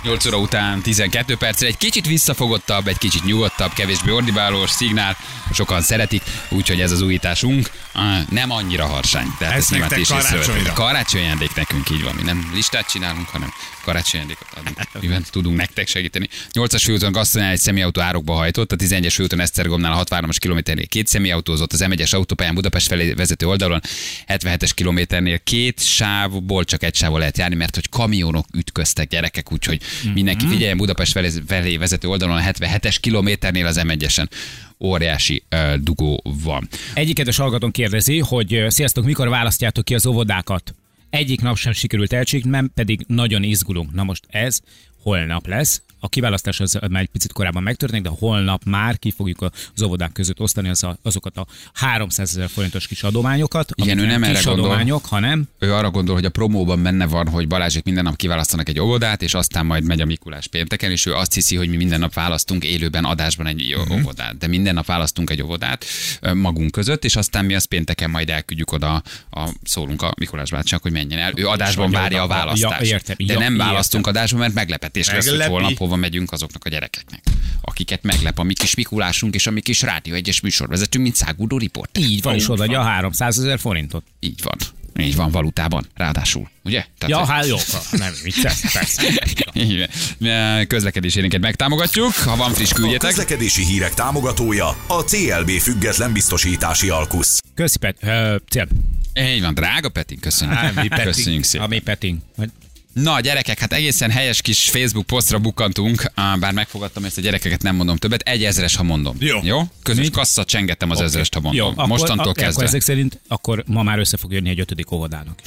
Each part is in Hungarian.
8 óra után 12 percre, egy kicsit visszafogottabb, egy kicsit nyugodtabb, kevésbé ordibálós szignál, sokan szeretik, úgyhogy ez az újításunk nem annyira harsány. Tehát ez nektek karácsonyra. Karácsony ajándék nekünk, így van, mi nem listát csinálunk, hanem karácsony ajándékot adunk, mivel tudunk nektek segíteni. 8-as főúton Gasztonál egy személyautó árokba hajtott, a 11-es főúton Esztergomnál a 63-as kilométernél 2 személyautózott, az M1-es autópályán Budapest felé vezető oldalon 77-es kilométernél 2 sávból csak egy sávval lehet járni, mert hogy kamionok ütköztek, gyerekek, úgyhogy mindenki figyeljen, Budapest felé vezető oldalon a 77-es kilométernél az M1-esen óriási dugó van. Egyik kedves hallgatón kérdezi, hogy sziasztok, mikor választjátok ki az óvodákat? Egyik nap sem sikerült elcsípnem, pedig nagyon izgulunk. Na most ez holnap lesz. A kiválasztás az már egy picit korábban megtörténik, de holnap már ki fogjuk az óvodák között osztani azokat a 300 000 forintos kis adományokat. Igen, ő nem erre gondol, adományok, hanem... Ő arra gondol, hogy a promóban benne van, hogy Balázsék minden nap kiválasztanak egy óvodát, és aztán majd megy a Mikulás pénteken, és ő azt hiszi, hogy mi minden nap választunk élőben adásban egy óvodát. De minden nap választunk egy óvodát magunk között, és aztán mi azt pénteken majd elküldjük oda, szólunk a Mikulás bácsinak, hogy menjen el. Ő adásban várja a választást. De nem választunk adásban, mert meglepetés lesz, hogy holnap hova megyünk azoknak a gyerekeknek, akiket meglep a mi kis Mikulásunk és a mi kis Rádió 1-es műsorvezetünk, mint Száguldó Riport. Így van, és odaadja a 300 000 forintot. Így van. Így van, valutában, ráadásul, ugye? Tehát, ja, hát jó, nem vicces, persze. Közlekedésénket megtámogatjuk, ha van friss, küldjetek. A közlekedési hírek támogatója a CLB független biztosítási alkusz. Köszi, Cél. Így van, drága Petin, köszönjük. Köszönjük szépen. Ami Petin. Na gyerekek, hát egészen helyes kis Facebook posztra bukkantunk, bár megfogadtam ezt a gyerekeket, nem mondom többet, 1000-es, ha mondom. Jó? Közös kassa csengettem az 1000-est, ha mondom. Jó, mostantól kezdve. Akkor ezek szerint akkor ma már össze fog jönni egy 5. óvodának.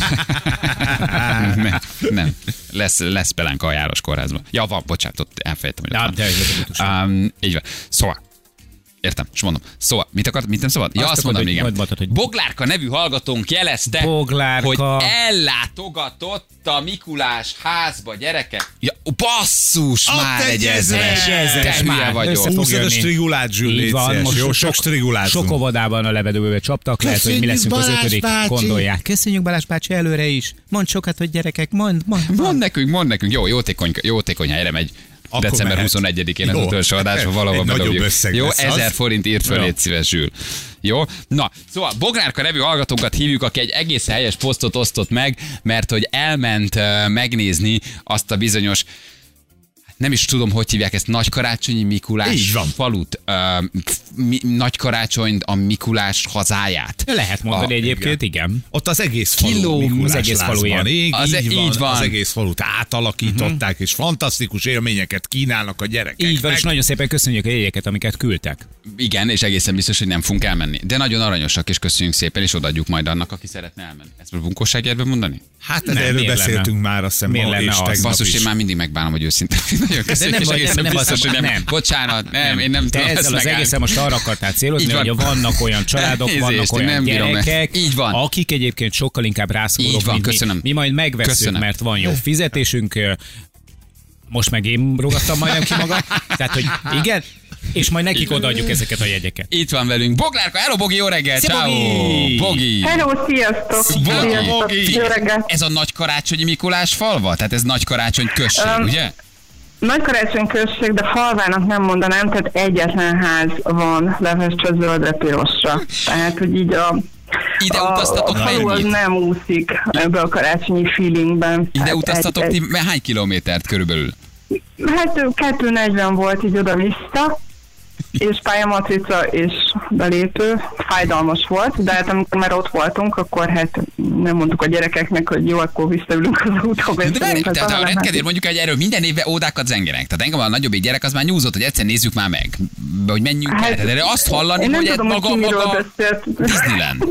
nem. Lesz Pelánka a János kórházban. Ja, van, bocsánat, ott elfejtem, hogy így van. Szóval. Értem, és mondom. Szóval, mit nem szabad? Ja, azt mondom, igen. Boglárka nevű hallgatónk jelezte, hogy ellátogatott a Mikulás házba, gyerekek. Ja, basszus, már egy 1000-es. Te hülye vagyok. Húzzad a strigulát, Zsül, jó, sok strigulát. Sok óvodában a levedőbe csaptak, lehet, hogy mi leszünk az 5. gondolják. Köszönjük Balázs bácsi előre is. Mondd sokat, hogy gyerekek, mondd. Mondd nekünk. Jó, jótékony helyre megy. Akkor december 21-én az utolsó adásban valahol bedobjuk. Jó, 1000 forint írt föl, légy szíves, Zsül. Jó? Na, szóval Boglárka nevű hallgatónkat hívjuk, aki egy egész helyes posztot osztott meg, mert hogy elment megnézni azt a bizonyos, nem is tudom, hogy hívják ezt, Nagykarácsonyi Mikulás falut. Nagykarácsonyt, a Mikulás hazáját. Lehet mondani egyébként, igen. Ott az egész falu, az egész falu ilyen. Így van. Az egész falut átalakították, és fantasztikus élményeket kínálnak a gyerekeknek. Így van, és nagyon szépen köszönjük a jegyeket, amiket küldtek. Igen, és egészen biztos, hogy nem fogunk elmenni. De nagyon aranyosak, és köszönjük szépen, és odaadjuk majd annak, aki szeretne elmenni. Ezt most bunkóságjelben mondani? Hát erről beszéltünk már, azt hiszem, ma és tegnap is. Basszus, én már mindig megbánom, hogy őszintén. Nagyon köszönjük, és egészen biztos, hogy nem. Bocsánat, én nem tudom ezt ezzel az egészen most arra akartál célozni, hogy vannak olyan családok, vannak olyan gyerekek, akik egyébként sokkal inkább rászorulnak, mint mi majd megveszünk, mert van jó fizetésünk. Most meg én rogattam majdnem ki magam. Tehát, hogy igen, és majd nekik odaadjuk ezeket a jegyeket. Itt van velünk Boglárka, hello Bogi, jó reggel, ciao. Bogi. Hello, sziasztok. Bogi. Jó reggel. Ez a Nagykarácsonyi Mikulás falva? Tehát ez Nagykarácsony község, ugye? Nagykarácsony község, de falvának nem mondanám, tehát egyetlen ház van lefestve zöldre pirosra. Tehát, hogy így ide utaztatok falu az nem úszik ebbe a karácsonyi feelingben. Ide utaztatok ti hány kilométert körülbelül? Hát 240 volt így oda-vissza, és pályamatrica és belépő, fájdalmas volt, de hát amikor már ott voltunk, akkor hát nem mondtuk a gyerekeknek, hogy jó, akkor visszaülünk az autóba. De tehát a rendkedvér mondjuk, hogy erről minden évben ódákat zengenek. Tehát engem a nagyobbik gyerek az már nyúzott, hogy egyszer nézzük már meg, hogy menjünk el. Tehát erre azt hallani, hogy ez maga Disneyland.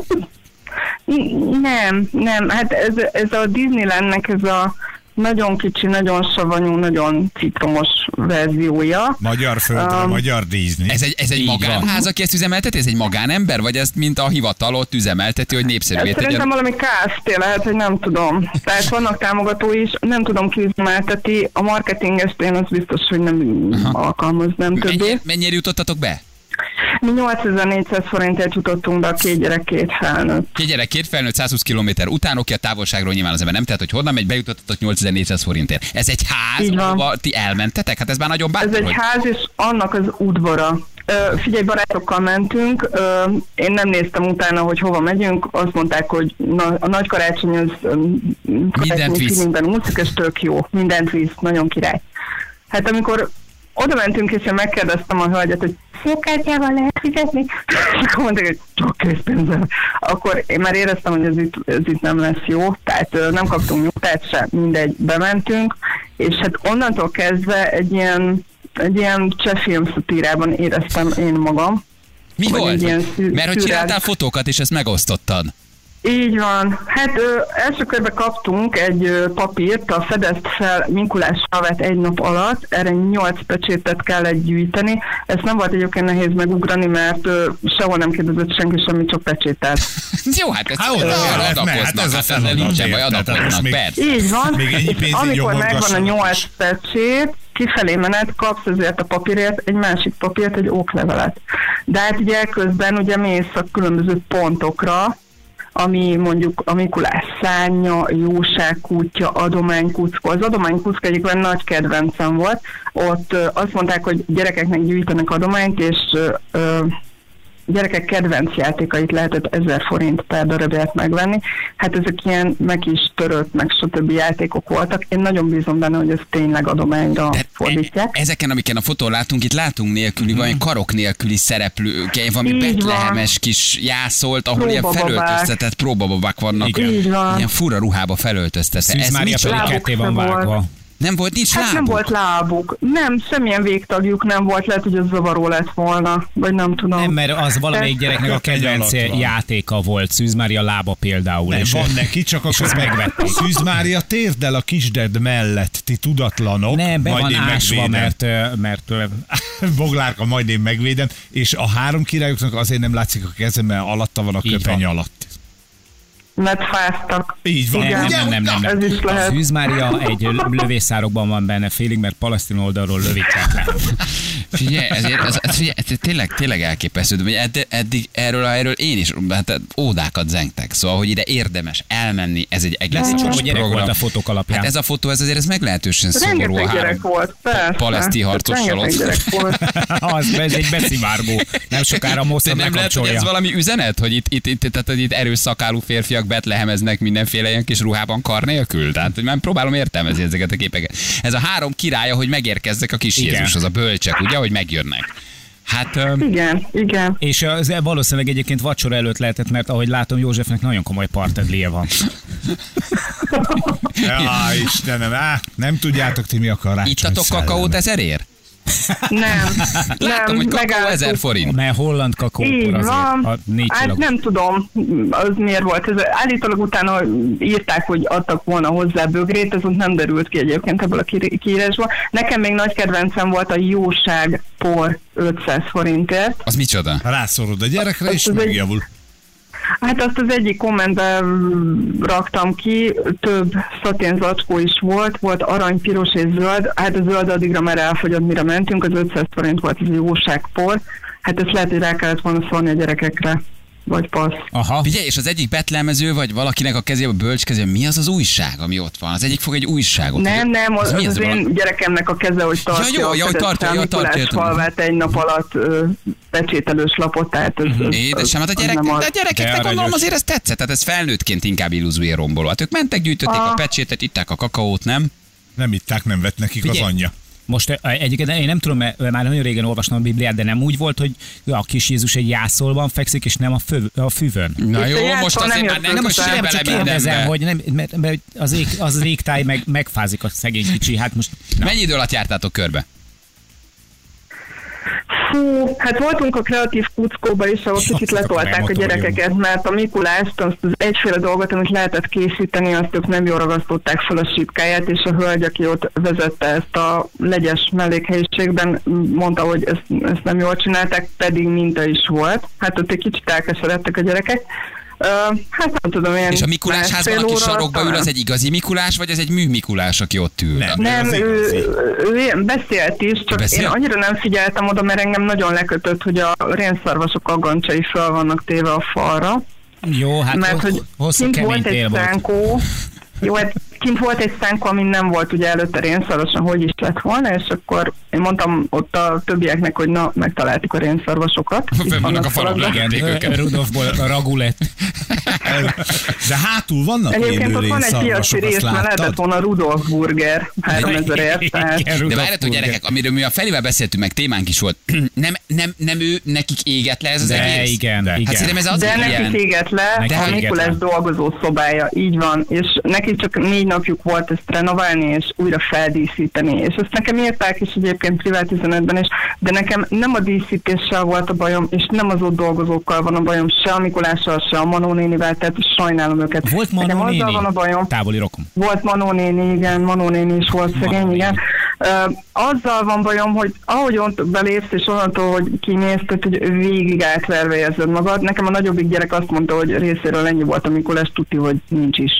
Nem, hát ez a Disneylandnek ez a nagyon kicsi, nagyon savanyú, nagyon citromos verziója. Magyar földre, magyar Disney. Ez egy magánház, aki ezt üzemelteti? Ez egy magánember? Vagy ezt mint a hivatal ott üzemelteti, hogy népszerűvé tegyen? Szerintem valami Kft. Lehet, hogy nem tudom. Tehát vannak támogatói is, nem tudom ki üzemelteti. A marketingest én az biztos, hogy nem alkalmaznám többé. Mennyire jutottatok be? Mi 8400 forintért jutottunk be, a 2 gyerek, 2 felnőtt. 2 gyerek, 2 felnőtt, 120 kilométer után, oké, a távolságról nyilván az ember nem, tehát hogy honnan megy, bejutottatok 8400 forintért. Ez egy ház, ahova ti elmentetek? Hát ez már nagyon bátor. Ez egy ház, és annak az udvara. Figyelj, barátokkal mentünk, én nem néztem utána, hogy hova megyünk, azt mondták, hogy a nagy karácsony az karácsonyi feelingben úszik, és tök jó, mindent visz, nagyon király. Hát amikor oda mentünk, és én megkérdeztem a hölgyet, hogy szélkártyával lehet fizetni? Akkor mondták, hogy csak készpénzzel. Akkor én már éreztem, hogy ez itt nem lesz jó, tehát nem kaptunk nyugtát se, mindegy, bementünk, és hát onnantól kezdve egy ilyen cseh filmszatírában éreztem én magam. Mi volt? Mert hogy csináltál fotókat, és ezt megosztottad. Így van. Hát első körben kaptunk egy papírt, a Fedezd fel Mikulás Salvát egy nap alatt, erre 8 pecsétet kellett gyűjteni. Ezt nem volt egyébként nehéz megugrani, mert sehol nem kérdezett senki semmi, csak pecsételt. Jó, hát ezt adakoznak, nincsen baj, adakoznak, persze. Így van, és amikor megvan a 8 pecsét, kifelé menet, kapsz ezért a papírért egy másik papírt, egy oklevelet. De hát ugye közben ugye mész a különböző pontokra, ami mondjuk a Mikulás szárnya, jóságkútja, adománykuckó. Az adománykuckó egyikben nagy kedvencem volt. Ott azt mondták, hogy gyerekeknek gyűjtenek adományt, és gyerekek kedvenc játékait lehetett 1000 forint per darabját megvenni. Hát ezek ilyen meg is törött, meg stb. Játékok voltak. Én nagyon bízom benne, hogy ez tényleg adományra fordítják. Ezeken, amiken a fotón látunk, itt látunk nélküli, vagy karok nélküli szereplő, valami betlehemes kis jászolt, ahol ilyen felöltöztetett próbababák vannak. Ilyen fura ruhába felöltöztetve. Szűz Mária pedig ketté van vágva. Nem volt, nincs lábuk? Nem volt lábuk. Nem, semmilyen végtagjuk nem volt, lehet, hogy az zavaró lett volna, vagy nem tudom. Nem, mert az valamelyik gyereknek a kedvenc játéka volt, Szűz Mária lába például. Nem, és van neki, csak akkor megvették. Szűz Mária térdel a kisded mellett, ti tudatlanok. Nem, be van ásva, mert Boglárka, majd én megvédem, és a 3 királyoknak azért nem látszik a kezem, mert alatta van a köpeny alatt. Mert fáztak. Így van. Nem. Ez is lehet. Szűz Mária egy lövészárokban van benne félig, mert palesztin oldalról lövik le. Figyelj, ez tényleg elképesztő, hogy eddig erről én is ódákat zengtek, szóval, hogy ide érdemes elmenni, ez egy egész gyerek volt a fotók alapján. Hát ez a fotó, ez azért meglehetősen szomorú. Rengeteg gyerek volt, persze. Palesztin harcossal ott. Ez egy beszivárgó. Nem sokára Mossad nem lehet, hogy ez valami üzenet, hogy itt erőszakálú férfiak betlehemeznek mindenféle ilyen kis ruhában kar nélkül? Tehát, hogy már próbálom értelmezni ezeket a képeket. Ez a 3 királya, hogy megérkezzek a kis Jézus, az a bölcsek, ugye, hogy megjönnek. Hát, igen. És az valószínűleg egyébként vacsora előtt lehetett, mert ahogy látom, Józsefnek nagyon komoly partedlie van. Istenem, nem tudjátok ti mi a karácsony. Ittatok kakaót 1000-ért? Nem. Látom, hogy kakaó 1000 forint. Mert holland kakaópor azért a 4 Hát csillag. nem tudom, az miért volt. Ez állítólag utána írták, hogy adtak volna hozzá bögrét, ez ott nem derült ki egyébként ebből a kiírásból. Nekem még nagy kedvencem volt a jóságpor 500 forintért. Az micsoda? Rászorod a gyerekre, és megjavul. Hát azt az egyik kommentben raktam ki, több szatén zacskó is volt arany, piros és zöld. Hát a zöld addigra már elfogyott, mire mentünk, az 500 forint volt az jóságpor. Hát ezt lehet, hogy rá kellett volna szólni a gyerekekre. Vagy passz. Aha. Figyelj, és az egyik betlemező, vagy valakinek a kezében, a bölcs kezében, mi az az újság, ami ott van? Az egyik fog egy újságot. Nem, az én gyerekemnek a keze, hogy tartja a Mikulás Falvát egy nap alatt pecsételős lapot, tehát édesem, hát a gyerekeknek gondolom azért ez tetszett, tehát ez felnőttként inkább illúzió romboló. Hát ők mentek, gyűjtötték a pecsétet, itták a kakaót, nem? Nem itták, nem vett nekik az anyja. Most egyébként én nem tudom, mert már nagyon régen olvastam a Bibliát, de nem úgy volt, hogy a kis Jézus egy jászolban fekszik, és nem a füvön. Na jó, most azért már nem most sem bele kérdezem, hogy nem, mert az régtáj megfázik a szegény kicsi. Hát most, mennyi idő alatt jártátok körbe? Fú, hát voltunk a kreatív kuckóba is, ahol kicsit letolták a gyerekeket, mert a Mikulást, azt az egyféle dolgot, amit lehetett készíteni, azt ők nem jól ragasztották fel a sípkáját, és a hölgy, aki ott vezette ezt a legyes mellékhelyiségben, mondta, hogy ezt nem jól csinálták, pedig minta is volt. Hát ott egy kicsit elkeseredtek a gyerekek. Hát nem tudom, ilyen És a Mikulás-házban, aki sarokba ül, az egy igazi Mikulás, vagy ez egy mű Mikulás, aki ott ül? Nem, ő beszélt is, csak én annyira nem figyeltem oda, mert engem nagyon lekötött, hogy a rénszarvasok aggancsai fel vannak téve a falra. Jó, hát mert hogy kint volt egy szánkó, jó, hát kint volt egy szánkó, amin nem volt ugye előtte rénszarvason, hogy is lett volna, és akkor én mondtam ott a többieknek, hogy na, megtaláltuk a rénszarvasokat. Vannak a falon, Rudolfból a ragu lett. De hátul vannak egyébként ott van egy piaci rész, mert lehetett volna Rudolf burger 3000-ért. De várjátok gyerekek, amiről mi a Felivel beszéltünk, meg témánk is volt, nem ő, nekik égett le ez az egész? Igen. Hát szerintem ez de nekik égett le, a Mikulás dolgozó szobája, így van, és nekik csak 4 napjuk volt ezt renoválni, és újra feldíszíteni, és ezt nekem írták is egyébként privát üzenetben is, de nekem nem a díszítéssel volt a bajom, és nem az ott dolgozókkal van a bajom, se a Mikulással, se a Manó nénivel, tehát sajnálom őket. Volt Manó néni? Van a bajom. Távoli rokon. Volt Manó néni, igen, Manó néni is volt szegény, igen. Azzal van bajom, hogy ahogy ott belépsz, és onnantól, hogy kimész, tehát, hogy végig átverve érzed magad. Nekem a nagyobbik gyerek azt mondta, hogy részéről ennyi volt a Mikulás, tuti, hogy nincs is.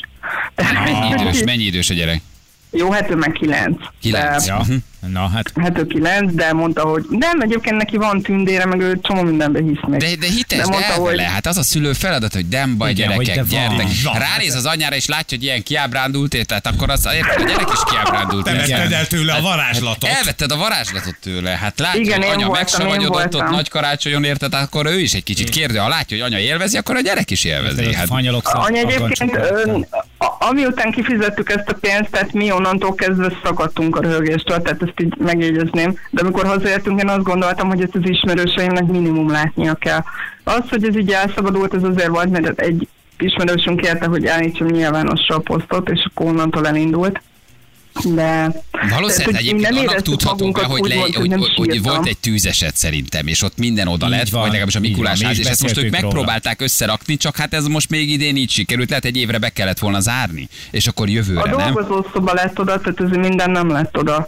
Mennyi idős a gyerek? Jó, hát ő meg 9. 9. Ja. Na, hát ő 9, de mondta, hogy nem, egyébként neki van tündére, meg ő csomó mindenben hisz meg. De hites, de elvele. Hát az a szülő feladat, hogy nem baj, igen, gyerekek, gyertek. Ránéz az anyára, és látja, hogy ilyen kiábrándult, tehát akkor az, érted, a gyerek is kiábrándult. Te vetted el tőle a varázslatot. Elvetted a varázslatot tőle. Hát látja, hogy anya megsavanyodott ott nagy karácsonyon, érted, akkor ő is egy kicsit kérdő. Ha látja, hogy anya élvezi, akkor a gyerek is élvezi. Anya egyébként, amiután kifizettük ezt a pénzt, tehát mi onnantól kezdve szakadtunk a röhögéstől, tehát ezt így megjegyezném, de amikor hazaértünk, én azt gondoltam, hogy ezt az ismerőseimnek minimum látnia kell. Az, hogy ez így elszabadult, ez azért volt, mert egy ismerősünk kérte, hogy állítsam nyilvánosra a posztot, és akkor onnantól elindult. De valószínűleg egyébként annak tudhatunk be, hogy volt egy tűzeset szerintem, és ott minden oda lett, vagy legalábbis a Mikulásház, és ezt most ők megpróbálták összerakni, csak hát ez most még idén így sikerült, lehet egy évre be kellett volna zárni, és akkor jövőre, nem? A dolgozószoba lett oda, tehát ez minden nem lett oda.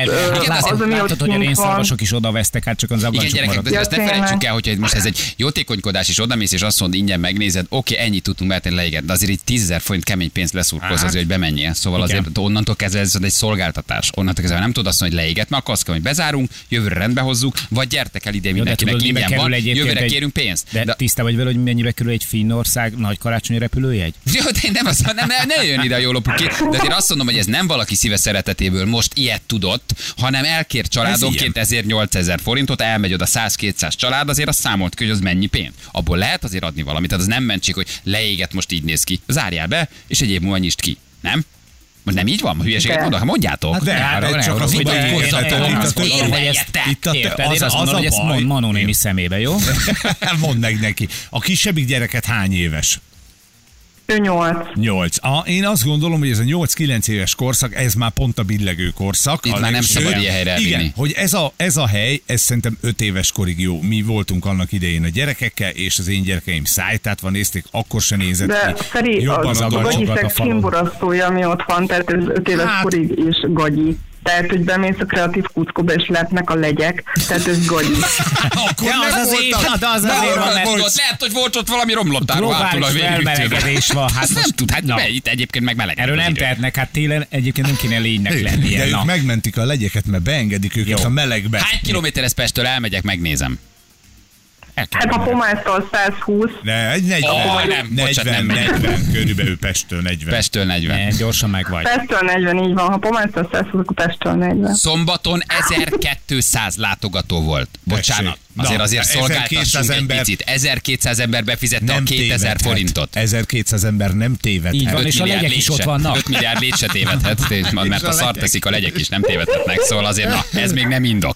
Látod, hogy a rénszarvasok is oda vesztek, hát csak az aggancsok maradtak. Ezt ne felejtsük el, hogyha most ez egy jótékonykodás, és odamész, és azt mondod, ingyen megnézed, oké, ennyit tudtunk betenni leégett, de azért itt 10 000 forint kemény pénzt leszurkolsz azért, hogy bemenjél. Szóval azért onnantól kezdve ez egy szolgáltatás. Onnantól kezdve nem tudod azt mondani, hogy leéget, mert akkor azt kell, hogy bezárunk, jövőre rendbe hozzuk, vagy gyertek el idén mindenkinek ingyen van, jövőre kérünk pénzt. De tiszta vagy vele, hogy mennyibe kerül egy Finnország nagy karácsonyi repülőjegy? Jó, de ne jön ide a jó lopuk ki. De én azt mondom, hogy ez nem valaki szíve szeretetéből most ilyet tudott, hanem elkér családonként 1000-8000 forintot, elmegy oda 100-200 család, azért azt számolt ki, hogy az mennyi pénz. Abból lehet azért adni valamit, tehát az nem mentség, hogy leéget most így néz ki. Zárjál be, és egy év múlva nyisd ki. Nem? Most nem így van? Hülyeséget mondok? Mondjátok. De csak az, hogy érted, azt mondom, hogy ezt mond Manó néni szemébe, jó? Mondd meg neki. A kisebbik gyereket hány éves? Ő 8. Én azt gondolom, hogy ez a 8-9 éves korszak, ez már pont a billegő korszak. Itt már nem szabad ilyen helyre elvinni. Igen, hogy ez a hely, ez szerintem 5 éves korig jó. Mi voltunk annak idején a gyerekekkel, és az én gyerekeim szájtátva nézték, akkor se nézett de ki. Feri, az gagyiszek színborasztója, ami ott van, tehát ez 5 éves korig is gagyi. Tehát, hogy bemész a kreatív kuckóba, és lehetnek a legyek, tehát ez gagyi. Akkor lehet, hogy volt ott valami romlottáról hátul a felmelegedés van. Hát nem tud, hát itt egyébként meg meleged. Erről nem tehetnek, hát télen egyébként nem kéne lénynek lennie. De ők megmentik a legyeket, mert beengedik őket a melegbe. Hány kilométeres Pesttől elmegyek, megnézem? Hát a Pomásztól 120. Ne, egy 40, körülbelül Pesttől 40. Pesttől 40. Gyorsan meg vagy. Pesttől 40, így van. Ha Pomásztól 120, akkor Pesttől 40. Szombaton 1200 látogató volt. Bocsánat. Azért szolgáltassunk egy picit. 1200 ember befizette a 2000 forintot. 1200 ember nem tévedhet. Így van, és a legyek is ott vannak. 5 milliárd lét se tévedhet, mert a szart teszik, a legyek is nem tévedhetnek. Szóval azért, ez még nem indok.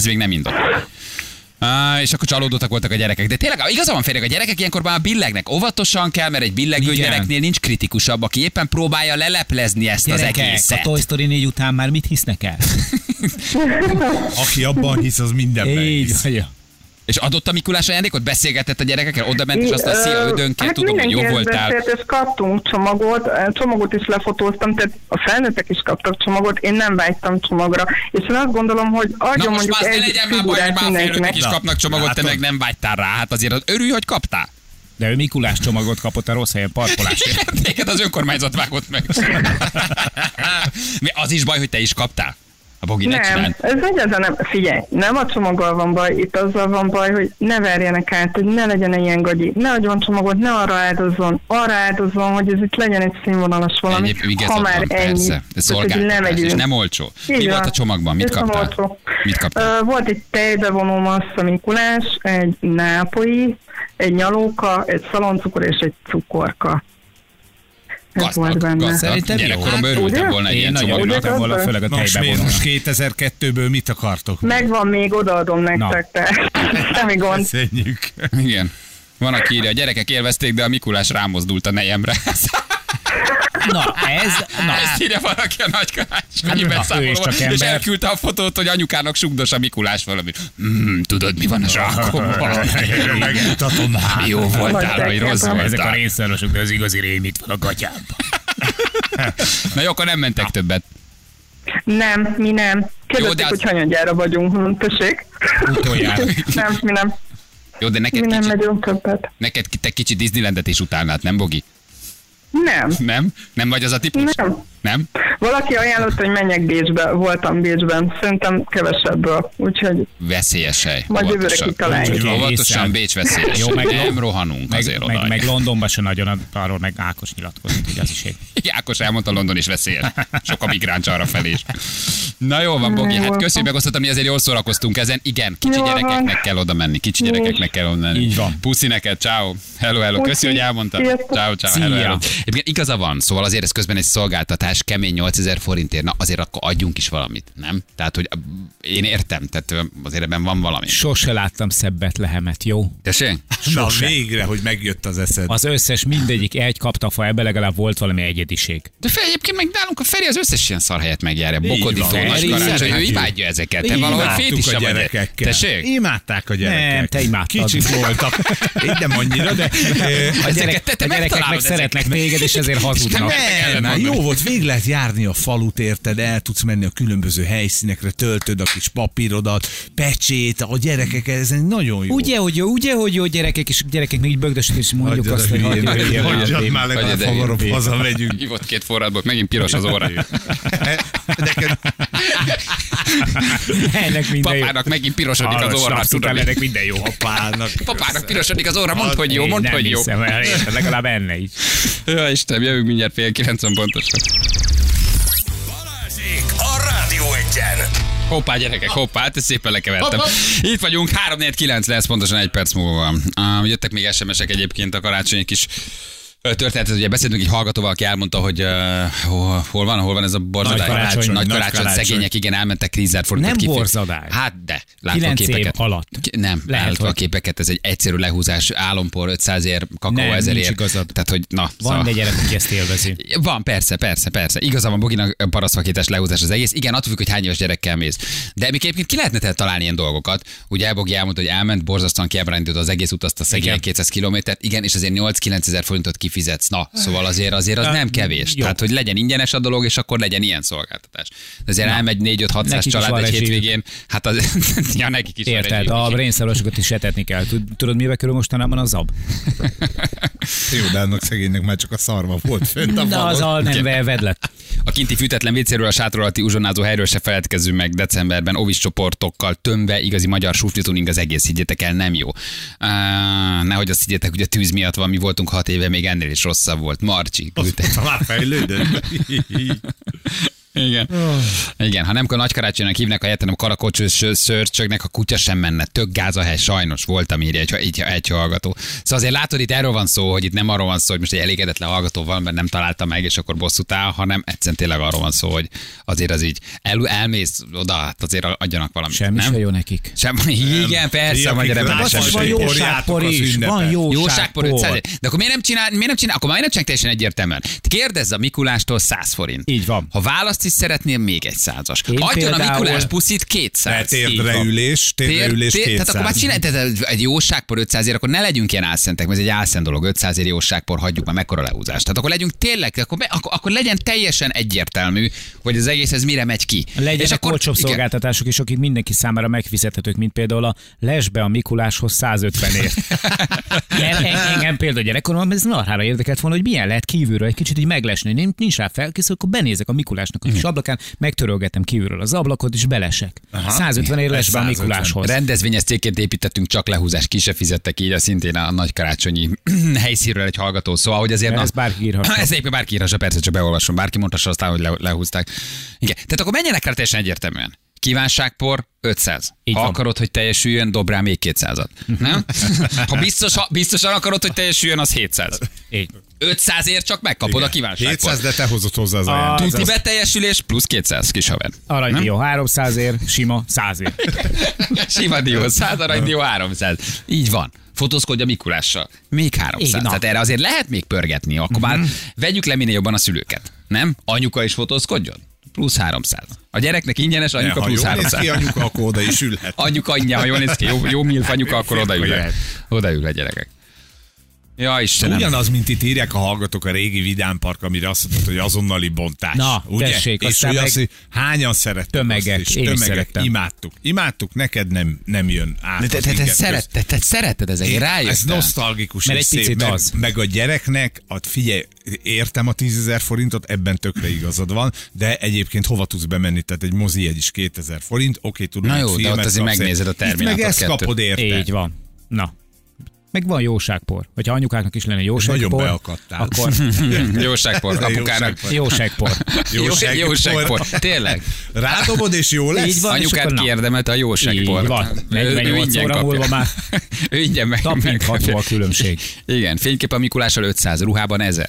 És akkor csalódottak voltak a gyerekek. De tényleg igazán van, férjek, a gyerekek ilyenkor már billegnek. Óvatosan kell, mert egy billegő gyereknél nincs kritikusabb, aki éppen próbálja leleplezni ezt gyerekek, az egészet. A Toy Story 4 után már mit hisznek el? Aki abban hisz, az mindenben hisz. És adott a Mikulás ajándékot? Beszélgetett a gyerekekkel? Oda ment, és aztán szia ödönként, hát tudom, hogy jó voltál. És kaptunk csomagot is lefotóztam, tehát a felnőttek is kaptak csomagot, én nem vágytam csomagra. És én azt gondolom, hogy adjon mondjuk egy figurát mindenkinek. Is kapnak csomagot, te meg nem vágytál rá. Hát azért örülj, hogy kaptál. De ő Mikulás csomagot kapott a rossz helyen parkolásért. Téged az önkormányzat vágott meg. Az is baj, hogy te is kaptál. A Bogi, ne Nem, csináld. ez egyáltalán nem. Figyelj, nem a csomaggal van baj, itt azzal van baj, hogy ne verjenek át, hogy ne legyen ilyen gagyi, ne adjon csomagot, ne arra áldozzon, hogy ez itt legyen egy színvonalas valami. Egyébként Ha már van, ennyi. persze. Ez szolgáltatás, és nem olcsó. Mi volt a csomagban? Mit kaptál? Mit kaptál? Volt egy tejbevonó massza Mikulás, egy nápolyi, egy nyalóka, egy szaloncukor és egy cukorka. Ez volt benne. Szerintem jó. Gyerekkoromban örültem volna egy Én ilyen nagyon csomagnak. örültem volna, főleg a Most tejbevonónak. most 2002-ből mit akartok? Megvan még, odaadom nektek, te. Semmi gond. Köszönjük. Igen. Van, aki írja, a gyerekek élvezték, de a Mikulás rámozdult a nejemre. Na, Ezt írja valaki a nagy karácsonyi ő is beszámolóban, csak és ember. elküldte a fotót, hogy anyukának sugdos a Mikulás valami. Tudod, mi van a zsákomban? Megmutatom már. Jó voltál, vagy rossz ezek a voltál. részszorosok, de az igazi rém itt van a gatyában. Na jó, akkor nem mentek többet. Nem, mi nem. Jó, Kérdezték, de az- hogy hanyadjára vagyunk. Tessék? Utoljára. Nem, mi nem. Jó, de Mi nem megyünk többet. neked te kicsit Disneylandet is utálnád, nem, Bogi? Nem. Nem? Nem vagy az a típus? Nem. Nem? Valaki ajánlott, hogy menjek Bécsbe. Voltam Bécsben. Szerintem kevesebből. Úgyhogy Veszélyes hely. majd jövőre Óvatosan. kitaláljuk. Óvatosan, Bécs veszélyes. Jó, meg- nem rohanunk azért oda. meg Londonban se nagyon, arról meg Ákos nyilatkozott, hogy az is egy. Ákos elmondta, London is veszélyes. Sok a migráns arra felé is. Na jó van, Bogi, hát köszönjük, megosztottam, mi azért jól szórakoztunk ezen. Igen, kicsi Jól van. gyerekeknek kell oda menni. Kicsi gyerekeknek kell oda menni. Így van. Puszi neked, ciao. Hello. Puszi. Köszi, hogy elmondtad. Sziasztok. Ciao. Szia. Hello. Egyébként igaza van, szóval azért ez közben egy szolgáltatás, kemény 8000 forintért, na azért akkor adjunk is valamit, nem? Tehát, hogy én értem, tehát azért ebben van valami. Sose láttam szebb Betlehemet, jó? Tessék? Na végre, hogy megjött az eszed. Az összes mindegyik egy kapta fa, ebbe legalább volt valami egyediség. De fel, egyébként meg nálunk a Feri az összes ilyen szarhelyet megjárja. Bokodító, van. nagy Feri, karácsony, ő szeretjük. imádja ezeket. Te valahogy Imádtuk fétise a vagy. gyerekekkel. Tessék? Imádták a gyerekek. Nem, te imádtad. Kicsit voltak. Én nem annyira, de... A, Ezeket te a gyerekek megtalálod meg szeretnek téged, és ezért hazudnak. Nem, hát jó volt, végig lehet járni a falut, érted, el tudsz menni a különböző helyszínekre, töltöd a kis papírodat, pecsét, a gyerekek, ez nagyon jó. Ugye, hogy jó gyerekek, és gyerekek még így bögdösök, és mondjuk Hagyjad azt, a hogy hülyén, hagyjad már Hagyjad legalább el, hamarabb hülyén. hazamegyünk. Hívott két forradból, megint piros az óra. Neked ennek minden jó. Papának megint pirosodik az óra. Snapsz után ennek minden jó. Papának pirosodik az óra, mondd, hogy jó, mondd, Nem hogy jó. hiszem el, érted, legalább enne is. Ja, Istenem, jövünk mindjárt 8:30 pontosan. Balázsék a Rádió Egyen. Hoppá, gyerekek, hoppá, ezt szépen lekevertem. Itt vagyunk, 3:49 lesz, pontosan 1 perc múlva. Jöttek még SMS-ek egyébként a karácsonyi kis történetet, ugye beszéltünk egy hallgatóval, aki elmondta, hogy hol van ez a borzadály? Nagy Nagy karácsony, szegények, igen, elmentek 10 forintot Nem borzadály. Hát de, látva a 9 év képeket. alatt. Nem, Lehet, látva a hogy- képeket, ez egy egyszerű lehúzás, álompor 500-ért, kakaó Nem, 1000-ért. nincs igazad. Tehát, hogy na. Van egy gyerek, aki ezt élvezi. Van, persze. Igaza van, Boginak parasztfakítás lehúzás az egész. Igen, attól függ, hogy hány éves gyerekkel mész. De még egyébként ki lehetne találni ilyen dolgokat. Ugye Bogi elmondta, hogy elment, borzasztóan kiábrándított az egész utat, a szegény Igen. 200 kilométert, igen, és azért 8-9 ezer forintot kifizetsz. Na, szóval azért az nem kevés. Jó. Tehát, hogy legyen ingyenes a dolog, és akkor legyen ilyen szolgáltatás. De azért elmegy 4-5-600 Nekik is család van egy rezsijük. hétvégén. Hát az, ja, nekik is van Érted, rezsijük. a brainszarosokat is etetni kell. Tudod, mibe kerül mostanában a zab? jó, de annak szegénynek már csak a szarva volt fönt a De az falon. a nem vedlet. A kinti fűtetlen vécéről, a sátor alatti uzsonnázó helyről se feledkezzünk meg decemberben, ovis csoportokkal tömve, igazi magyar suflituning az egész, higgyétek el, nem jó. Nehogy azt higgyétek, hogy a tűz miatt van, mi voltunk 6 éve, még ennél is rosszabb volt. Marcsi, küldte. Már fejlődött. Igen. Igen, ha nem nagy karácsonynak hívnak a helyet, hanem karakocsős szörcsögnek, a kutya sem menne. Tök gáz a hely, sajnos voltam írja egy hallgató. Szóval azért látod, itt erről van szó, hogy itt nem arról van szó, hogy most egy elégedetlen hallgató van, mert nem találta meg, és akkor bosszút áll, hanem egyszerűen tényleg arról van szó, hogy azért az így elmész oda, hát azért adjanak valamit. Semmi nem? se jó nekik. Igen, persze, a magyar ember Más sem is Van sem jó. jóságpor az is, ünnepet. van Jóságpor 500. jóságpor. De akkor miért nem csinál, akkor már nem csinál teljesen egyértelműen. Kérdezz a Mikulástól 100 forint. Így van. Ha választsz is szeretnél, még egy 100-as. Én Adjon a például- Mikulás puszit 200. Térdreülés 200. Tehát akkor már csinálj egy jóságpor 500-ért, akkor ne legyünk ilyen álszentek, mert ez egy álszent dolog, 500-ért jóságpor, hagyjuk már mekkora lehúzást. Tehát akkor legyünk tényleg, akkor legyen teljesen egyértelmű, hogy az egész ez mire megy ki. Legyenek akkor- olcsóbb igen. szolgáltatások is, akik mindenki számára megfizethetők, mint például a lesbe a Mikuláshoz 150-ért. Engem például gyerekkoromban ez marhára érdekelt volna, hogy milyen lehet kívülről egy kicsit így meglesni. Nincs rá felkészül, akkor benézek a Mikulásnak a kis ablakán, megtörölgetem kívülről az ablakot, és belesek. 150-ért lesbe a 150. Mikuláshoz. Rendezvényes cégként építettünk, csak lehúzás, ki se fizettek így, a szintén a nagy karácsonyi helyszínről egy hallgató. Szóval, hogy azért... Ez bárki írhassa. Ez éppen bárki írhassa, persze, csak beolvasom. Bárki mondhassa aztán, hogy lehúzták. Igen. Tehát akkor menjenek rá teljesen egyértelműen. Kívánságpor 500. Így Ha van. akarod, hogy teljesüljön, dob rá még 200-at. Nem? Ha biztosan akarod, hogy teljesüljön, az 700. Így. 500-ért csak megkapod a kívánságport. 700, de te hozott hozzá az ajándékot. Tuti beteljesülés plusz 200, kis haver. Aranydió 300-ért, sima 100-ért. Sima dió 100, aranydió 300. Így van. Fotózkodj a Mikulással. Még 300. Igen, na. Tehát erre azért lehet még pörgetni. Akkor már vegyük le minél jobban a szülőket. Nem? Anyuka is fotózkodjon? Plusz 300. A gyereknek ingyenes, anyuka Ha plusz jól néz 300. ki anyuka, akkor oda is ülhet. Anyuka ingyen, ha jól néz ki, jó milf anyuka, akkor odaül. Jöhet. Odaül a gyerekek. Ja, Istenem. Ugyanaz, mint itt írják a hallgatók a régi vidámpark, amire azt mondtad, hogy azonnali bontás. Na, ugye? tessék, és aztán hogy meg azt, hogy hányan szerettek tömegek, azt, és én is tömegek, szerettem. imádtuk, neked nem jön át. De az te inget szeretted ezeket, Ez rájöttem. nosztalgikus Mert és egy szép, picit meg, az. meg a gyereknek, figyelj, értem a 10 000 forintot, ebben tökre igazad van, de egyébként hova tudsz bemenni, tehát egy mozijegy is 2000 forint, oké, tudom, Na jó, hogy de filmet ott azért kapsz, megnézed a itt meg Terminátor ezt 2-t. kapod érte. Így van. Na. Meg van jóságpor. Hogyha anyukáknak is lenne Nagyon jóságpor, beakadtál. akkor Jóságpor, apukának. jóságpor. Jóságpor. Tényleg. Rádobod, és jó lesz? Így van. és Anyukát akkor na. kiérdemelte a jóságport. Így van. 48 óra múlva már Ő ingyen meg. tapintható a különbség. Igen, fénykép a Mikulással 500, ruhában 1000.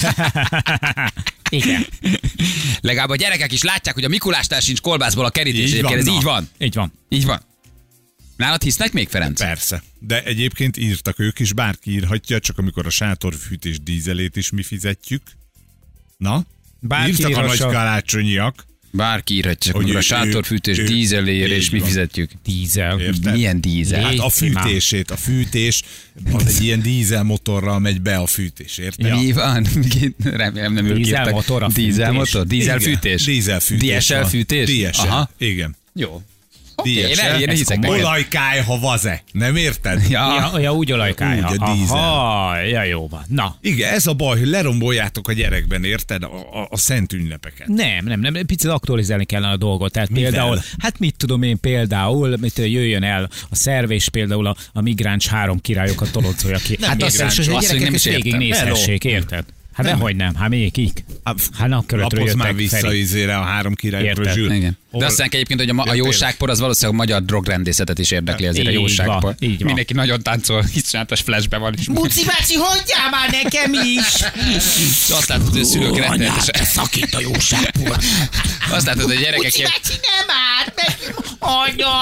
Igen. Legalább a gyerekek is látják, hogy a Mikulásnál sincs kolbászból a kerítés. Így van, Egyébként ez na. így van. Így van. Így van. Nálad hisznek még, Ferenc? Persze. De egyébként írtak ők is, bárki írhatja, csak amikor a sátorfűtés dízelét is mi fizetjük. Na? Bárki írtak a írhassa. nagy karácsonyiak. Bárki írhatja, csak Hogy amikor a ő- sátorfűtés ő- dízelér, és így mi van. fizetjük. Dízel. Érted? Milyen dízel? Hát a Léci már. fűtését, a fűtés, az egy ilyen dízelmotorral megy be a fűtés, érted? Ja. Mi van? Remélem nem ők írtak. Dízelmotor a fűtés. Dízelmotor? Dízelfűtés? Igen, dízelfűtés. DSL van. fűtés? DSL. Aha. Igen. Jó. DSL. Én hiszek neked. Olajkály, ha vaze. Nem érted? Ja, úgy olajkálja. Úgy, a dízel. Aha, ja, jó van. Na. Igen, ez a baj, hogy leromboljátok a gyerekben, érted? A szent ünnepeket. Nem, picit aktualizálni kellene a dolgot. Tehát Mivel? például, hát mit tudom én például, jöjjön el a szerv, és például a migráns 3 királyokat toloncolja ki. Hát azt migráns, is, hogy a azt, hogy gyerekek nem ezt is értem. végignézhessék, érted? Hát dehogy nem, hát még kik? Hát napkörötről Lapozz már jöttek vissza Feri. izére a 3 királyokról, Érted. Zsül. Igen. De Hol- azt mondják egyébként, hogy a jóságpor az valószínűleg a magyar drogrendészetet is érdekli azért a Így jóságpor. van, így van. Mindenki nagyon táncol, iszonyatos flashbe van. És Muci bácsi, hagyjál már nekem is! azt látod, hogy a szülők rettenetesen. szakít a jóságpor. Azt látod, hogy a gyerekek, nem már, meg anya!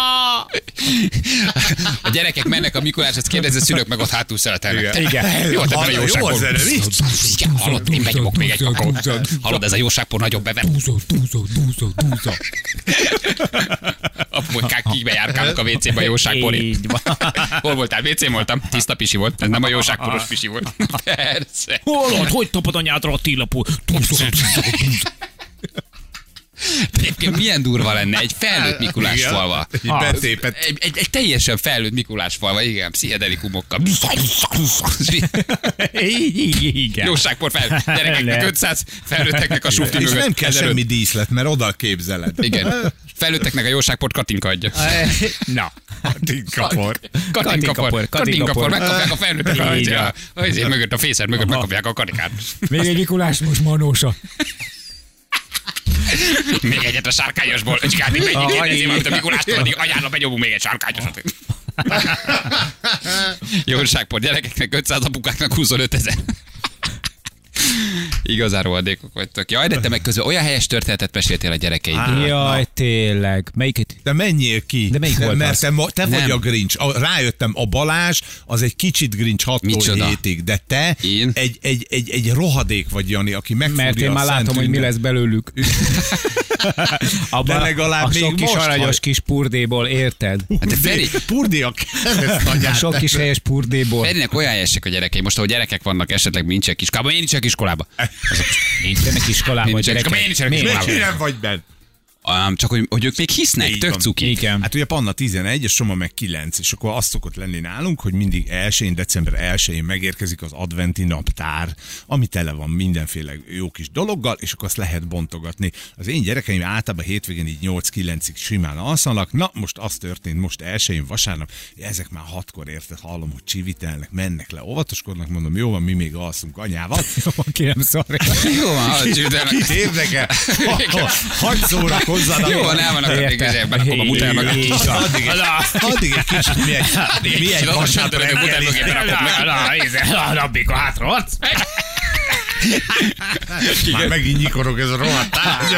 a gyerekek mennek a Mikuláshoz, kérdezi a szülők, meg ott hátul szeretelnek. Igen. Jó, tehát a Jó jóságpor. zene, mi? Igen, hallod, én benyomok még egy kakót. Hallod, ez a jóságpor nagyobb bever. Dúzó. Apukák kibe járkálunk a WC-be a jóságporért. Így van. Hol voltál? WC-n voltam. Tiszta pisi volt. Ez nem a jóságporos pisi volt. Persze. Hol, hogy tapad anyádra a tillapó? Dúzó. Egyébként milyen durva lenne egy felnőtt Mikulás Igen. falva. Így betépett. Egy teljesen felnőtt Mikulás falva, igen, pszichedelikumokkal. Igen. Jóságpor fel, gyerekeknek Lehet. 500, felnőtteknek a sufti És mögött. nem kell 1005. semmi díszlet, mert oda képzeled. Igen. Felnőtteknek a jóságport Katinka adja. Na. Tinkapor. Katinkapor, megkapják a felnőttek Így van. a mögött, a fészer mögött megkapják a katikát. Még egy Mikulás most manósa. Még egyet a sárkányosból. Öcsikát, még mennyit kérdezi valamit a Mikulástól, addig anyára benyomunk még egy sárkányosat. Jóságpor gyerekeknek 500, apukáknak 25 000. Igazán rohadékok vagytok. Jaj, de te meg közben olyan helyes történetet meséltél a gyerekeidről. Jaj, tényleg. Melyiket? De menjél ki. De melyik volt mert az? te vagy Nem. a Grinch. Rájöttem, a Balázs az egy kicsit Grinch 6-tól Micsoda? 7-ig, de te Én? egy rohadék vagy, Jani, aki megfúrja Mert én a már szent látom, hogy mi ünnep. lesz belőlük. De legalább a még sok kis most aranyos vagy. kis purdéból, érted? Hát de Feri, Purdi a A sok kis helyes purdéból. Ferinek olyan helyesek a gyerekei. Most, ahogy gyerekek vannak, esetleg nincsenek iskolában. Én nincsenek iskolában. Nincsenek iskolában, Nincsenek gyerekek. iskolában, én nincsenek Miért? iskolában. Miért nem vagy benne? Csak hogy ők még hisznek, Így tök van. cuki. Igen. Hát ugye Panna 11, és Soma meg 9, és akkor azt szokott lenni nálunk, hogy mindig december 1-én megérkezik az adventi naptár, ami tele van mindenféle jó kis dologgal, és akkor azt lehet bontogatni. Az én gyerekeim általában hétvégén így 8-9-ig simán alszanak. Na, most az történt most 1-én vasárnap, ezek már 6-kor érted, hallom, hogy csivitelnek, mennek le, óvatoskodnak, mondom, jó van, mi még alszunk anyával. Kérem, sorry. Jó van, hadd csütelenek. Kit érdekel? Hagyd szórakozzanak. Jó van, el vannak addig közében, akkor mutálnak a kis. Addig egy kicsit milyen vasárnap Napig a hátraadsz. Már megint nyikorog ez a rohadt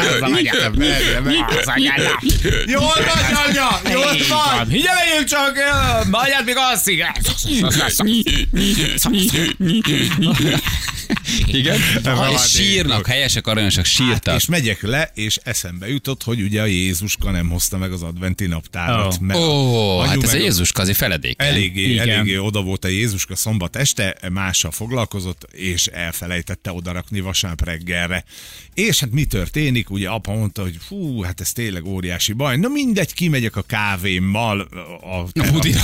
Jól vagy, anya! Jól vagy! Figyeljünk csak, magyát még alszik. Igen? És sírnak, helyesek, aranyosak, sírtak. És megyek le, és eszembe jutott, hogy ugye a Jézuska nem hozta meg az adventi naptárat. mert Ó, hát anyu ez a meg- Jézuska azért feledék. Eléggé oda volt a Jézuska szombat este, mással foglalkozott, és elfelejtette odarakni vasárnap reggelre. És hát mi történik? Ugye apa mondta, hogy fú, hát ez tényleg óriási baj. Na mindegy, kimegyek a kávémmal Budira.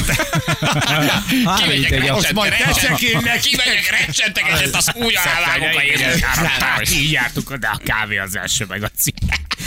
Azt majd teszek én neki. Kimegyek, recsentek egyet, az úgy alávágok a Jézusára. Így jártuk oda, a kávé az első, meg a cím.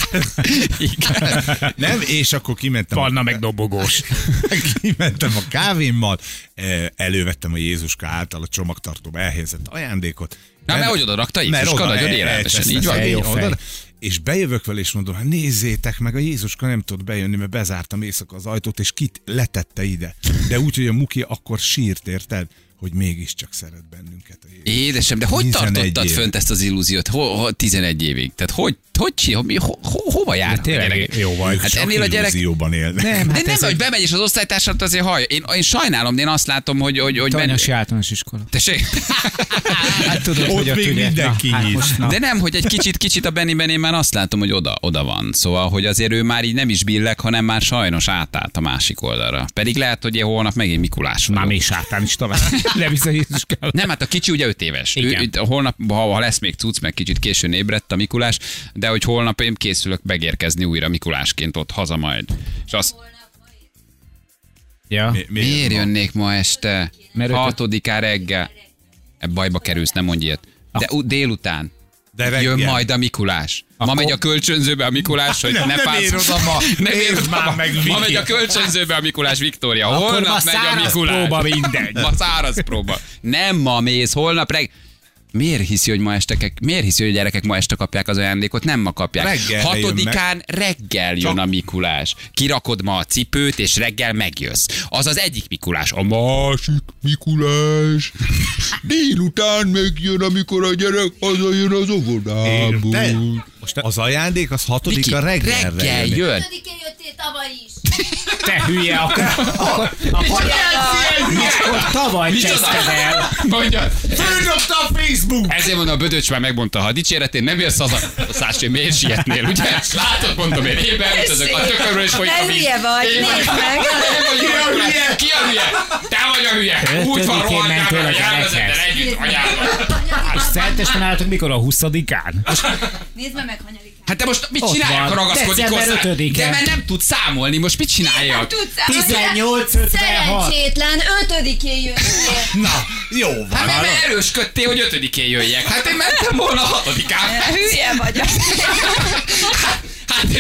Nem, és akkor kimentem. Panna meg dobogós. Kimentem a kávémmal, elővettem a Jézuska által a csomagtartóba elhelyezett ajándékot. Na, mert hogy oda rakta Jézuska, nagyon életesen, így van. Jó fej. És bejövök vele, és mondom, hát nézzétek meg, a Jézuska nem tud bejönni, mert bezártam éjszaka az ajtót, és kit letette ide. De úgy, hogy a Muki akkor sírt, érted? Hogy mégiscsak szeret bennünket a Jézus. Édesem, de hogy 11 tartottad év. fönt ezt az illúziót? 11 évig? Tehát hova járt a tényleg gyerek? jó vagy. Hát Csak ennél a gyerek... illúzióban élnek. Nem, De hát nem, ez hogy egy bemegy, és az osztálytársat azért hallja. Én sajnálom, de én azt látom, hogy tanyasi általános iskola. Tessék? Hát tudod, Ott hogy még ugye, mindenki hát nyit. most, na. De nem, hogy egy kicsit a Benniben én már azt látom, hogy oda van. Szóval, hogy azért ő már így nem is billeg, hanem már sajnos átállt a másik oldalra. Pedig lehet, hogy holnap megint Mikulás Már vagyok. még sátán is tovább. Nem is a Jézus kell. Nem, hát a kicsi ugye 5 éves. Igen. Holnap, ha lesz még cucc, meg kicsit későn ébredt a Mikulás, de hogy holnap én készülök megérkezni újra Mikulásként ott haza majd. És azt, Ja. miért jönnék ma este? Mert 6-án reggel. Bajba kerülsz, nem mondj ilyet. De délután. De reggel. Jön majd a Mikulás. Ma megy a kölcsönzőbe a Mikulás, hogy ne fázz. ér oda ma. Ne ér Értsd oda már ma. meg, Ma Viki. megy a kölcsönzőbe a Mikulás, Viktória. Holnap ma megy a száraz Mikulás. próba mindegy. Ma száraz próba. Nem ma mész, holnap reggel. Miért hiszi, hogy a gyerekek ma este kapják az ajándékot? Nem ma kapják. Reggelre jön 6-án reggel jön a Mikulás. Kirakod ma a cipőt, és reggel megjössz. Az az egyik Mikulás. A másik Mikulás délután megjön, amikor a gyerek hazajön az óvodából. Te, most az ajándék az 6-a reggelre reggel jön. jön. 5-én jöttél tavaly is. Te hülye, akkor tavaly kezdted el. Mondjad. Földobta a Facebook! Ezért mondom, a Bödöcs már megmondta, ha dicséretén nem jössz haza, Szásé, miért sietnél, ugye? Látod, mondom én, én beütözök a tökörről, és folyik a víz. Hülye vagy, Én nézd meg. Ki a hülye? Te vagy a hülye. Úgy van, Ötödikén mentél a rohadjál, gyerekhez. elvezettel együtt anyával. És Szentesten álltok mikor? A 20-án? Nézd meg, hanyadik. Hát te most mit Ott csináljak, van. ha ragaszkodik December hozzá? 5-e. De mert nem tud számolni, most mit csináljak? 18:56. Szerencsétlen, 5-én jöttél. Na, jó van. Hát mert erősködtél, hogy 5-én jöjjek. Hát én mentem volna 6-án. Hülye vagy. Hát én mindig kaptam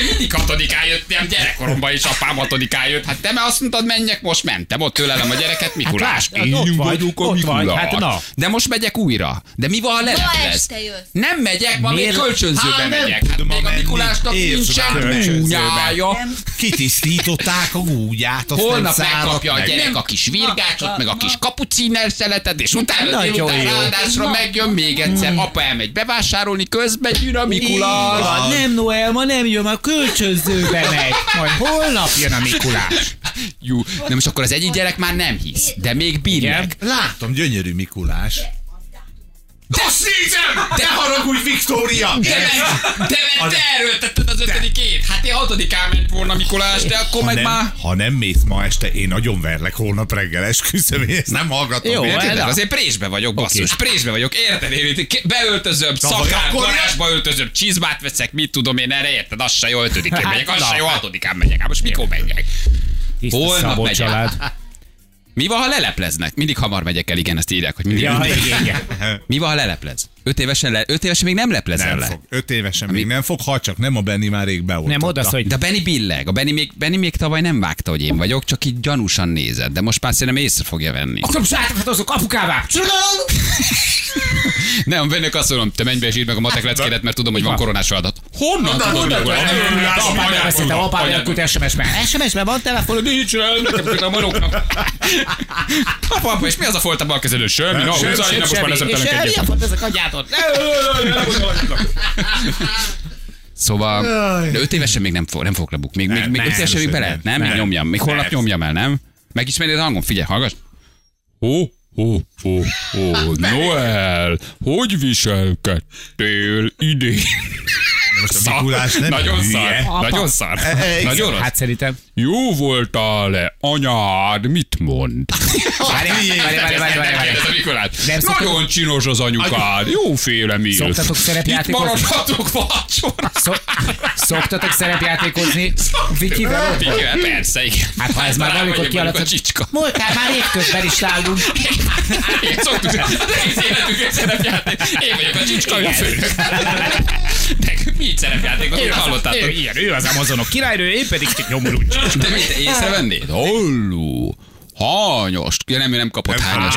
6-án jöttem, gyerekkoromban is apám 6-án jött. Hát te már azt mondtad, menjek, most mentem, ott tőlelem a gyereket, Mikulás. Hát ott vagy, hát na. De most megyek újra. De mi van, ha leleplez? este jössz. Nem megyek, ma még Miért? kölcsönzőbe megyek. Hát tudom még a menni. Mikulásnak nincsen gúnyája. Kitisztították a gúgyát, azt Holnap nem száradt megkapja a meg. gyerek a kis virgácsot, meg a kis kapuciner szeletet, és utána Nagyon délután jó. ráadásra megjön még egyszer. Apa elmegy bevásárolni, közben jön a Mikulás. Van, nem Noel, ma nem jön, a kölcsönzőbe megy. Majd holnap jön a Mikulás. Jó, de most akkor az egyik gyerek már nem hisz, de még billeg. Látom, gyönyörű Mikulás. Azt nézem! De haragudj, Viktória! Te erőltetted az 5-ét. Hát én 6-án ment volna Mikulás, de akkor meg már... Ha nem mész ma este, én nagyon verlek holnap reggel, esküszöm, én ezt nem hallgatom. Jó, Érted? Érted? Azért présbe vagyok, basszus, présbe vagyok, érted? Én beöltözöm, szakál, akkor- garázsba öltözöm, csizmát veszek, mit tudom én erre, érted? Az se jó 5-én megyek, az se jó 6-án megyek. Hát most mikor megyek? Tiszta Holnap Szabó megyek. család. Mi van, ha lelepleznek? Mindig hamar megyek el, igen, ezt írják, hogy mindig. Ja, igen. Mi van, ha leleplez? 5 évesen még nem leplezel Nem le. fog. 5 évesen még nem fog, ha csak nem a Benni már rég beoltotta. Nem oda, hogy De a Benni billeg. A Benni még tavaly nem vágta, hogy én vagyok, csak így gyanúsan nézett. De most már szerintem észre fogja venni. akkor most átadozok apukává. Nem, a Bennek azt mondom, te menj be és írd meg a matek leckédet, mert tudom, hogy van koronás feladat. Honnan tudod, mikor? Apám elveszítem, apám elküldte SMS-ben. SMS-ben van telefon, nincs el, nekem küld a maroknak. Apa, és mi az a folt a bal kezedön? Semmi, na, húzzál, én most már És lezeptelek egyet. elfont ezek agyátod. Szóval, de 5 évesen még nem fogok lebukni. Még 5 évesen még be lehet, nem? Még nyomjam. Még holnap nyomjam el, nem? Megismernéd a hangom? Figyelj, hallgass. Noel, hogy viselkedtél idén? Most a Mikulás nem Nagyon hülye. szar. Nagyon szar. Nagyon rossz. Hát szerintem. Jó voltál-e? Anyád mit mond? Várj. Kérdez a Mikulás. Nem szoktatok- Nagyon csinos az anyukád. Jóféle mi. Szoktatok Itt szerepjátékozni? maradhatok vacsora. Szoktatok szerepjátékozni Vikivel otthon? Igen, persze, igen. Hát ha ez már valamikor Vagyok a kialakult. csicska. Múltál már évközben is nálunk. Én szoktuk, egész életünk szerepjáték. Én vagyok a csicska, ő a főnök. De mi így szerepjátékot, hogy hallottátok? Igen, ő az Amazonok királynő, én pedig csak nyomorult. De mit észrevennéd? Holló. Hányos. Ja, ő nem kapott hányos.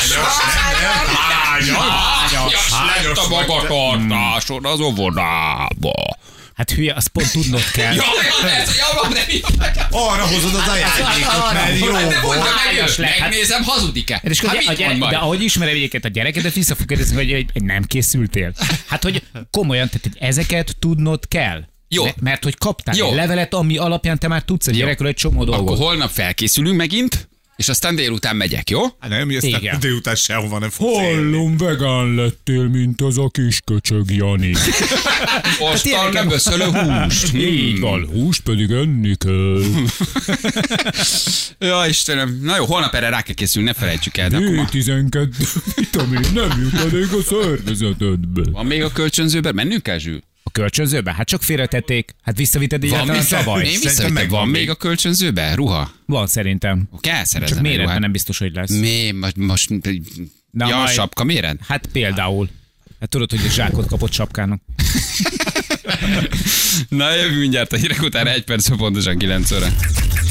Hányos lett a magatartásod az óvodába. Hát hülye, azt pont tudnod kell. Ja, van, de mi? Arra hozod az ajándékot, mert jó Hát de volt. mondja, hányos lett. megnézem, hazudik-e? És akkor Hát mit mond de majd? ahogy ismerem egyébként a gyereket, vissza fog kérdezni, hogy nem készültél. Hát, hogy komolyan, tehát hogy ezeket tudnod kell. Jó. Mert hogy kaptál Jó. egy levelet, ami alapján te már tudsz a gyerekről egy csomó Akkor dolgot. holnap felkészülünk megint, és aztán délután megyek, jó? Hát nem, Igen. ezt délután sehova nem fogsz élni. vegán lettél, mint az a kis köcsög Jani. Osztal nem összölő húst. Így van, húst pedig enni kell. Ja, Istenem. Na jó, holnap erre rá kell készülni, ne felejtsük el. De akkor ma... B12 vitamin nem jut elég a szervezetedbe. Van még a kölcsönzőben? Mennünk kell, Zsül? A kölcsönzőbe? Hát csak félretették. Hát visszavitted egyáltalán tavaly. Én visszavittem, megvan van még. még a kölcsönzőben? Ruha? Van szerintem. Kell szerezni. Csak méretben nem biztos, hogy lesz. Mi? Most Na, ja, a majd- sapka méret? Hát például. Hát tudod, hogy egy zsákot kapott sapkának. Na jövő mindjárt a hírek után 1 perc, pontosan 9 óra.